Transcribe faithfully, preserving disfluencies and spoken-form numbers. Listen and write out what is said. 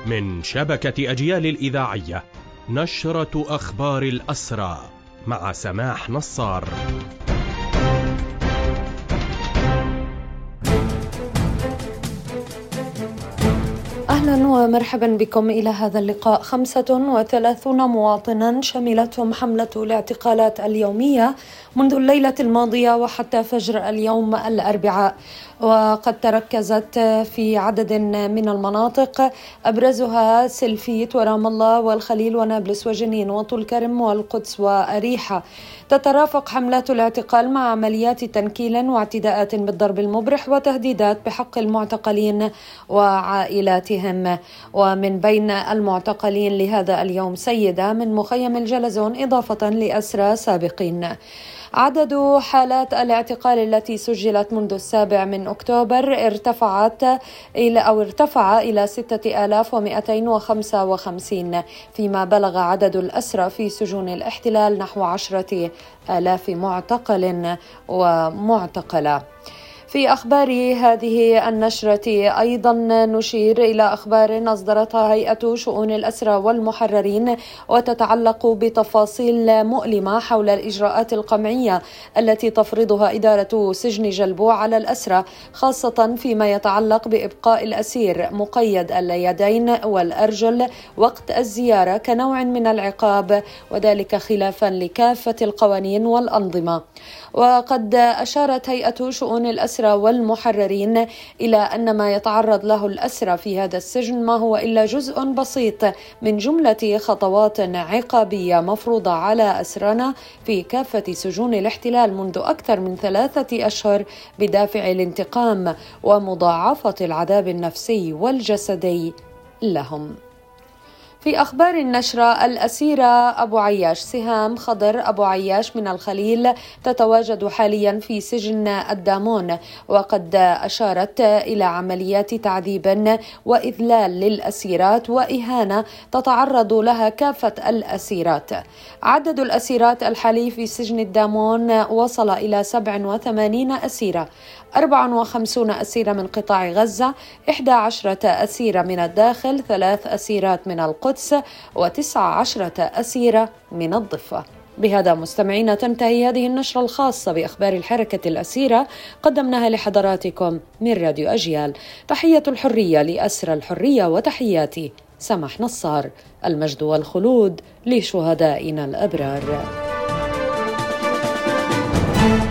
من شبكة أجيال الإذاعية، نشرة أخبار الأسرى مع سماح نصار. أهلا ومرحبا بكم إلى هذا اللقاء. خمسة وثلاثون مواطنا شملتهم حملة الاعتقالات اليومية منذ الليلة الماضية وحتى فجر اليوم الأربعاء، وقد تركزت في عدد من المناطق أبرزها سلفيت ورام الله والخليل ونابلس وجنين وطول كرم والقدس وأريحة. تترافق حملات الاعتقال مع عمليات تنكيل واعتداءات بالضرب المبرح وتهديدات بحق المعتقلين وعائلاتهم. ومن بين المعتقلين لهذا اليوم سيدة من مخيم الجلزون إضافة لأسرى سابقين. عدد حالات الاعتقال التي سجلت منذ السابع من أكتوبر ارتفعت إلى أو ارتفع إلى ستة آلاف ومئتين وخمسة وخمسين، فيما بلغ عدد الأسرى في سجون الاحتلال نحو عشرة آلاف معتقل ومعتقلة. في أخبار هذه النشرة أيضا نشير إلى أخبار أصدرتها هيئة شؤون الأسرى والمحررين وتتعلق بتفاصيل مؤلمة حول الإجراءات القمعية التي تفرضها إدارة سجن جلبوع على الأسرى، خاصة فيما يتعلق بإبقاء الأسير مقيد اليدين والأرجل وقت الزيارة كنوع من العقاب، وذلك خلافا لكافة القوانين والأنظمة. وقد أشارت هيئة شؤون الأسرى والمحررين إلى أن ما يتعرض له الأسرى في هذا السجن ما هو إلا جزء بسيط من جملة خطوات عقابية مفروضة على أسرانا في كافة سجون الاحتلال منذ أكثر من ثلاثة أشهر بدافع الانتقام ومضاعفة العذاب النفسي والجسدي لهم. في أخبار النشرة، الأسيرة أبو عياش سهام خضر أبو عياش من الخليل تتواجد حاليا في سجن الدامون، وقد أشارت إلى عمليات تعذيب وإذلال للأسيرات وإهانة تتعرض لها كافة الأسيرات. عدد الأسيرات الحالي في سجن الدامون وصل إلى سبعة وثمانين أسيرة، أربعة وخمسين أسيرة من قطاع غزة، إحدى عشرة أسيرة من الداخل، ثلاث أسيرات من القدس، وتسعة عشرة أسيرة من الضفة. بهذا مستمعينا تنتهي هذه النشرة الخاصة بأخبار الحركة الأسيرة قدمناها لحضراتكم من راديو أجيال. تحية الحرية لأسرى الحرية، وتحياتي سماح نصار. المجد والخلود لشهدائنا الأبرار.